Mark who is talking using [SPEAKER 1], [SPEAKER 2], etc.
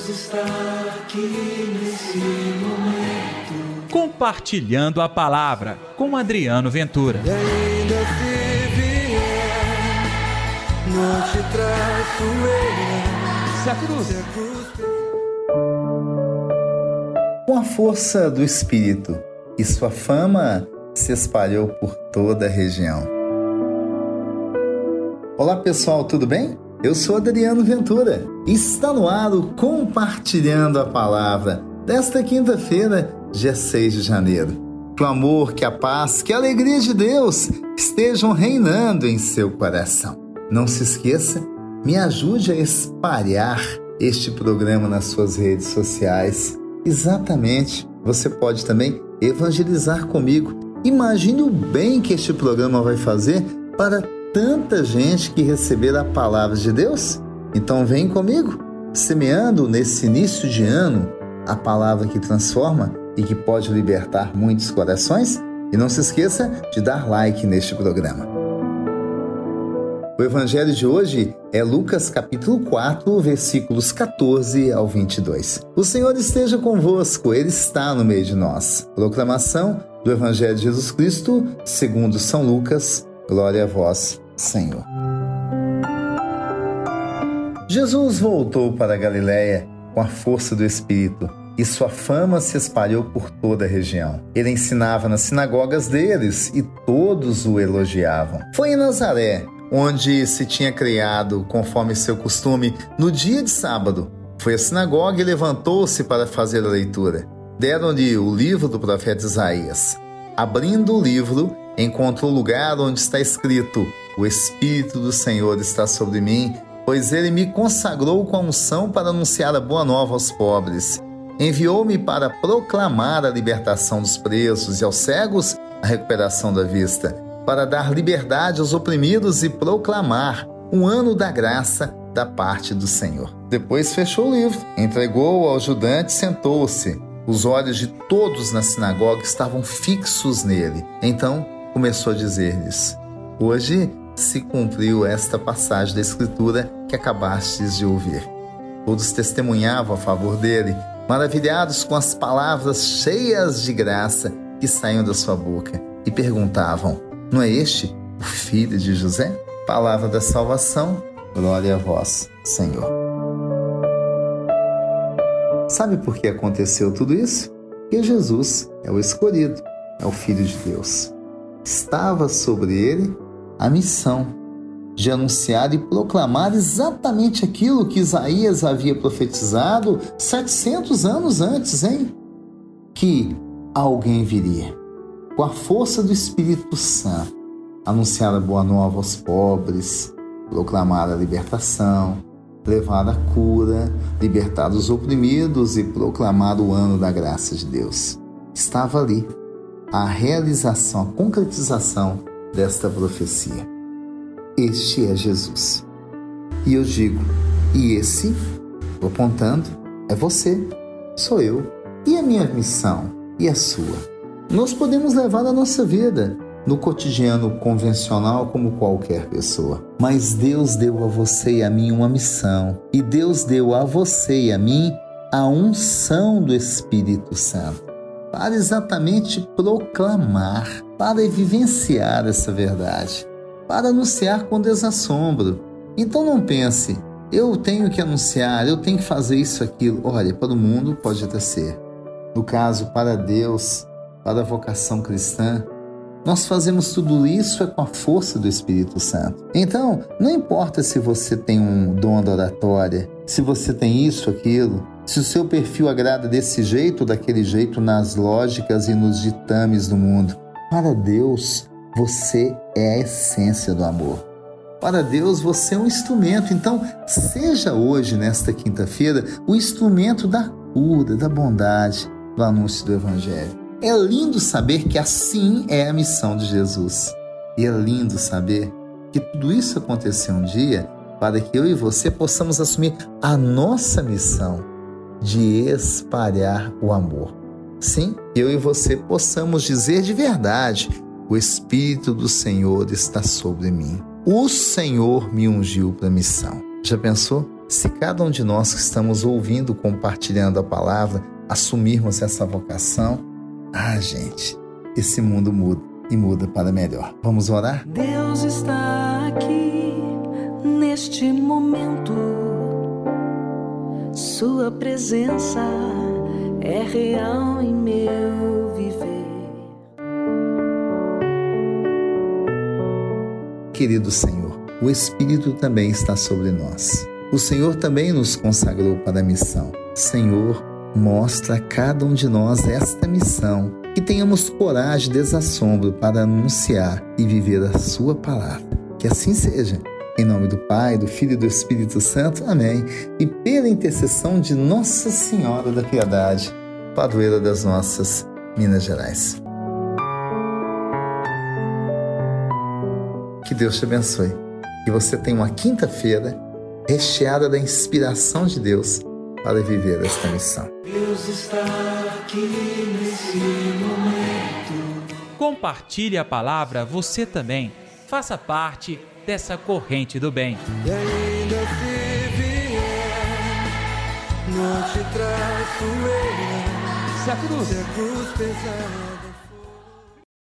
[SPEAKER 1] está aqui nesse momento,
[SPEAKER 2] Compartilhando a Palavra, com Adriano Ventura.
[SPEAKER 1] e ainda se vier, não te traço eu,
[SPEAKER 2] Se a cruz
[SPEAKER 1] se a cruz
[SPEAKER 3] Com a força do Espírito, e sua fama se espalhou por toda a região. Olá pessoal, tudo bem? Eu sou Adriano Ventura e está no ar o Compartilhando a Palavra desta quinta-feira, dia 6 de janeiro. Que o amor, que a paz, que a alegria de Deus estejam reinando em seu coração. Não se esqueça, me ajude a espalhar este programa nas suas redes sociais. Exatamente, você pode também evangelizar comigo. Imagine o bem que este programa vai fazer para tanta gente que receber a palavra de Deus. Então vem comigo, semeando nesse início de ano a palavra que transforma e que pode libertar muitos corações. E não se esqueça de dar like neste programa. O evangelho de hoje é Lucas capítulo 4, versículos 14 ao 22. O Senhor esteja convosco, Ele está no meio de nós. Proclamação do evangelho de Jesus Cristo, segundo São Lucas. Glória a vós, Senhor. Jesus voltou para a Galiléia com a força do Espírito, e sua fama se espalhou por toda a região. Ele ensinava nas sinagogas deles, e todos o elogiavam. Foi em Nazaré, onde se tinha criado, conforme seu costume, no dia de sábado. Foi à sinagoga e levantou-se para fazer a leitura. Deram-lhe o livro do profeta Isaías. Abrindo o livro, encontrou o lugar onde está escrito: O Espírito do Senhor está sobre mim, pois Ele me consagrou com a unção para anunciar a boa nova aos pobres. Enviou-me para proclamar a libertação dos presos e aos cegos a recuperação da vista, para dar liberdade aos oprimidos e proclamar um ano da graça da parte do Senhor. Depois fechou o livro, entregou-o ao ajudante e sentou-se. Os olhos de todos na sinagoga estavam fixos nele. Então começou a dizer-lhes: Hoje se cumpriu esta passagem da Escritura que acabastes de ouvir. Todos testemunhavam a favor dele, maravilhados com as palavras cheias de graça que saíam da sua boca, e perguntavam: Não é este o filho de José? Palavra da salvação, glória a vós, Senhor. Sabe por que aconteceu tudo isso? Porque Jesus é o escolhido, é o Filho de Deus. Estava sobre ele a missão de anunciar e proclamar exatamente aquilo que Isaías havia profetizado 700 anos antes, que alguém viria com a força do Espírito Santo, anunciar a boa nova aos pobres, proclamar a libertação, levar a cura, libertar os oprimidos e proclamar o ano da graça de Deus. Estava ali a realização, a concretização desta profecia. Este é Jesus. E eu digo, e esse, estou apontando, é você, sou eu. E a minha missão? E a sua? Nós podemos levar a nossa vida no cotidiano convencional como qualquer pessoa. Mas Deus deu a você e a mim uma missão. E Deus deu a você e a mim a unção do Espírito Santo, para exatamente proclamar, para vivenciar essa verdade, para anunciar com desassombro. Então não pense, eu tenho que anunciar, eu tenho que fazer isso, aquilo. Olha, para o mundo pode até ser. No caso, para Deus, para a vocação cristã, nós fazemos tudo isso com a força do Espírito Santo. Então, não importa se você tem um dom da oratória, se você tem isso, aquilo, se o seu perfil agrada desse jeito ou daquele jeito nas lógicas e nos ditames do mundo. Para Deus, você é a essência do amor. Para Deus, você é um instrumento. Então, seja hoje, nesta quinta-feira, o instrumento da cura, da bondade, do anúncio do Evangelho. É lindo saber que assim é a missão de Jesus. E é lindo saber que tudo isso aconteceu um dia para que eu e você possamos assumir a nossa missão de espalhar o amor. Sim, eu e você possamos dizer de verdade: o Espírito do Senhor está sobre mim. O Senhor me ungiu para a missão. Já pensou? Se cada um de nós que estamos ouvindo, compartilhando a palavra, assumirmos essa vocação, gente, esse mundo muda e muda para melhor. Vamos orar?
[SPEAKER 1] Deus está aqui neste momento. Sua presença é real em meu viver.
[SPEAKER 3] Querido Senhor, o Espírito também está sobre nós. O Senhor também nos consagrou para a missão. Senhor, mostra a cada um de nós esta missão, que tenhamos coragem e desassombro para anunciar e viver a sua palavra. Que assim seja. Em nome do Pai, do Filho e do Espírito Santo. Amém. E pela intercessão de Nossa Senhora da Piedade, padroeira das nossas Minas Gerais. Que Deus te abençoe. Que você tenha uma quinta-feira recheada da inspiração de Deus para viver esta missão.
[SPEAKER 1] Deus está aqui nesse momento.
[SPEAKER 2] Compartilhe a palavra você também. Faça parte dessa corrente do bem.
[SPEAKER 1] E ainda se vier, não te traço eu.
[SPEAKER 2] Se a cruz
[SPEAKER 1] pesada.